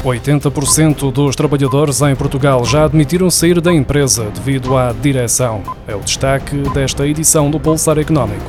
80% dos trabalhadores em Portugal já admitiram sair da empresa devido à direção. É o destaque desta edição do Pulsar Económico.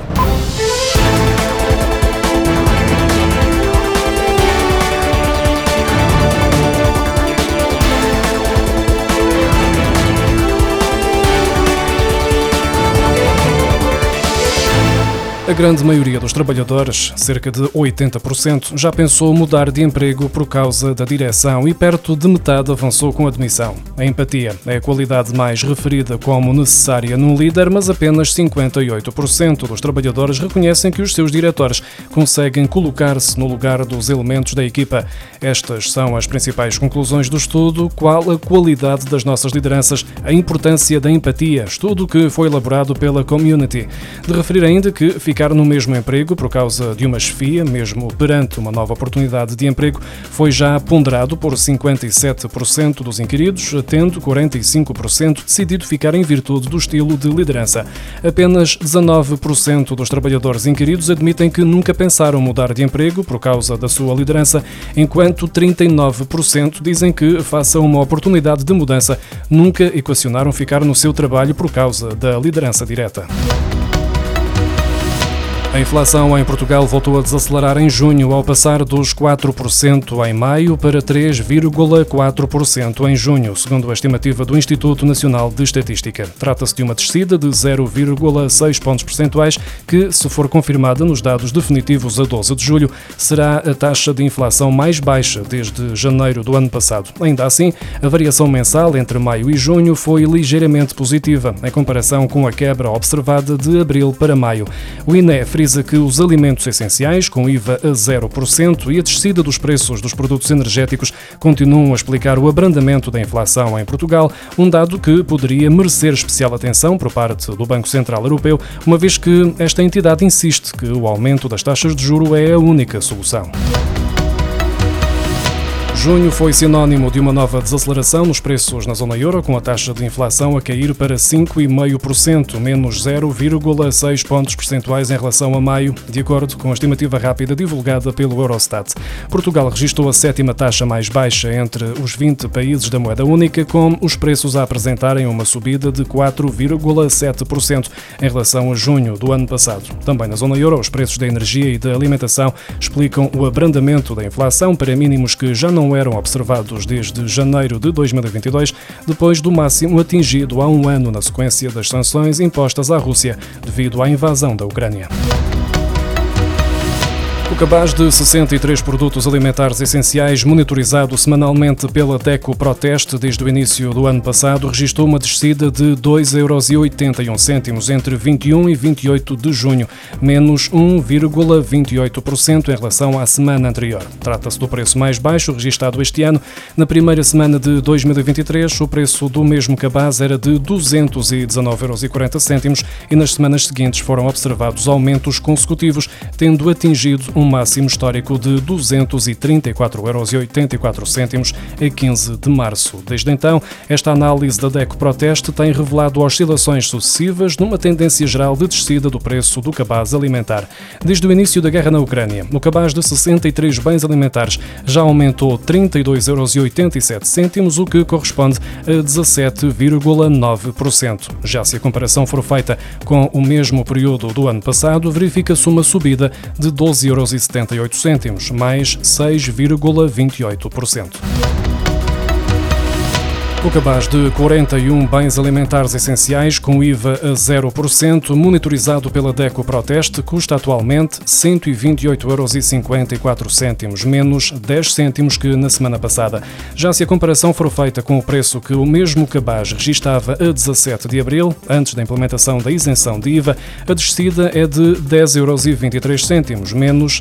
A grande maioria dos trabalhadores, cerca de 80%, já pensou mudar de emprego por causa da direção e perto de metade avançou com a demissão. A empatia é a qualidade mais referida como necessária num líder, mas apenas 58% dos trabalhadores reconhecem que os seus diretores conseguem colocar-se no lugar dos elementos da equipa. Estas são as principais conclusões do estudo. Qual a qualidade das nossas lideranças? A importância da empatia, estudo que foi elaborado pela Community. De referir ainda que ficar no mesmo emprego por causa de uma chefia, mesmo perante uma nova oportunidade de emprego, foi já ponderado por 57% dos inquiridos, tendo 45% decidido ficar em virtude do estilo de liderança. Apenas 19% dos trabalhadores inquiridos admitem que nunca pensaram mudar de emprego por causa da sua liderança, enquanto 39% dizem que, face a uma oportunidade de mudança, nunca equacionaram ficar no seu trabalho por causa da liderança direta. A inflação em Portugal voltou a desacelerar em junho, ao passar dos 4% em maio para 3,4% em junho, segundo a estimativa do Instituto Nacional de Estatística. Trata-se de uma descida de 0,6 pontos percentuais que, se for confirmada nos dados definitivos a 12 de julho, será a taxa de inflação mais baixa desde janeiro do ano passado. Ainda assim, a variação mensal entre maio e junho foi ligeiramente positiva, em comparação com a quebra observada de abril para maio. O INE frisa que os alimentos essenciais, com IVA a 0%, e a descida dos preços dos produtos energéticos continuam a explicar o abrandamento da inflação em Portugal, um dado que poderia merecer especial atenção por parte do Banco Central Europeu, uma vez que esta entidade insiste que o aumento das taxas de juros é a única solução. Junho foi sinónimo de uma nova desaceleração nos preços na zona euro, com a taxa de inflação a cair para 5,5%, menos 0,6 pontos percentuais em relação a maio, de acordo com a estimativa rápida divulgada pelo Eurostat. Portugal registrou a sétima taxa mais baixa entre os 20 países da moeda única, com os preços a apresentarem uma subida de 4,7% em relação a junho do ano passado. Também na zona euro, os preços da energia e da alimentação explicam o abrandamento da inflação para mínimos que já não eram observados desde janeiro de 2022, depois do máximo atingido há um ano na sequência das sanções impostas à Rússia devido à invasão da Ucrânia. O cabaz de 63 produtos alimentares essenciais, monitorizado semanalmente pela DECO Proteste desde o início do ano passado, registrou uma descida de 2,81 € entre 21 e 28 de junho, menos 1,28% em relação à semana anterior. Trata-se do preço mais baixo registado este ano. Na primeira semana de 2023, o preço do mesmo cabaz era de 219,40 € e nas semanas seguintes foram observados aumentos consecutivos, tendo atingido um máximo histórico de 234,84 € a 15 de março. Desde então, esta análise da DECO Proteste tem revelado oscilações sucessivas numa tendência geral de descida do preço do cabaz alimentar. Desde o início da guerra na Ucrânia, o cabaz de 63 bens alimentares já aumentou 32,87 €, o que corresponde a 17,9%. Já se a comparação for feita com o mesmo período do ano passado, verifica-se uma subida de 12,78 €, mais 6,28%. O cabaz de 41 bens alimentares essenciais com IVA a 0%, monitorizado pela DECO Proteste, custa atualmente 128,54 €, menos 10 cêntimos que na semana passada. Já se a comparação for feita com o preço que o mesmo cabaz registava a 17 de abril, antes da implementação da isenção de IVA, a descida é de 10,23 €, menos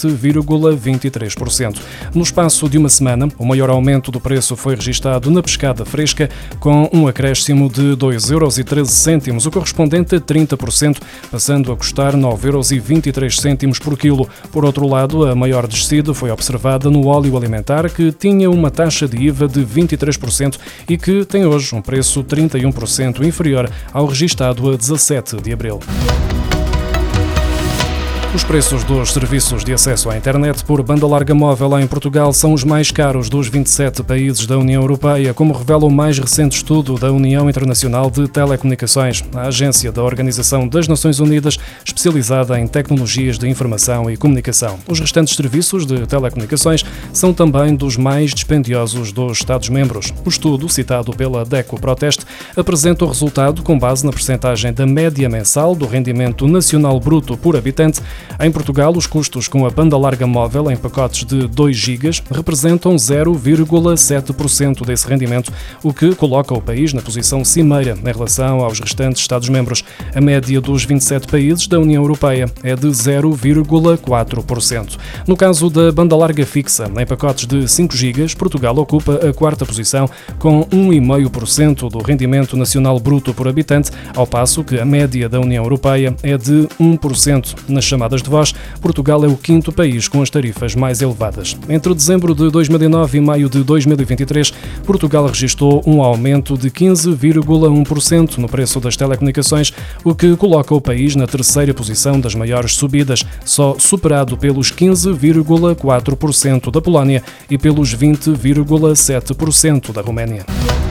7,23%. No espaço de uma semana, o maior aumento do preço foi registado na pescada fresca, com um acréscimo de 2,13 €, o correspondente a 30%, passando a custar 9,23 € por quilo. Por outro lado, a maior descida foi observada no óleo alimentar, que tinha uma taxa de IVA de 23% e que tem hoje um preço 31% inferior ao registado a 17 de abril. Os preços dos serviços de acesso à internet por banda larga móvel em Portugal são os mais caros dos 27 países da União Europeia, como revela o mais recente estudo da União Internacional de Telecomunicações, a agência da Organização das Nações Unidas especializada em tecnologias de informação e comunicação. Os restantes serviços de telecomunicações são também dos mais dispendiosos dos Estados-membros. O estudo, citado pela DECO Proteste, apresenta o resultado com base na percentagem da média mensal do rendimento nacional bruto por habitante. Em Portugal, os custos com a banda larga móvel em pacotes de 2 GB representam 0,7% desse rendimento, o que coloca o país na posição cimeira em relação aos restantes Estados-membros. A média dos 27 países da União Europeia é de 0,4%. No caso da banda larga fixa, em pacotes de 5 GB, Portugal ocupa a 4ª posição, com 1,5% do rendimento nacional bruto por habitante, ao passo que a média da União Europeia é de 1%. Nas chamadas de voz, Portugal é o 5º país com as tarifas mais elevadas. Entre dezembro de 2009 e maio de 2023, Portugal registrou um aumento de 15,1% no preço das telecomunicações, o que coloca o país na 3ª posição das maiores subidas, só superado pelos 15,4% da Polónia e pelos 20,7% da Roménia.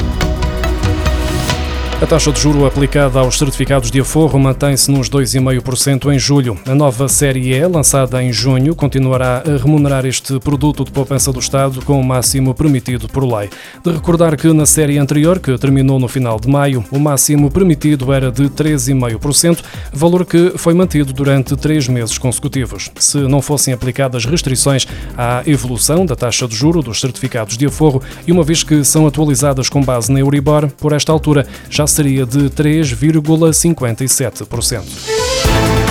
A taxa de juro aplicada aos certificados de aforro mantém-se nos 2,5% em julho. A nova série E, lançada em junho, continuará a remunerar este produto de poupança do Estado com o máximo permitido por lei. De recordar que na série anterior, que terminou no final de maio, o máximo permitido era de 3,5%, valor que foi mantido durante 3 meses consecutivos. Se não fossem aplicadas restrições à evolução da taxa de juro dos certificados de aforro, e uma vez que são atualizadas com base na Euribor, por esta altura já seria de 3,57%.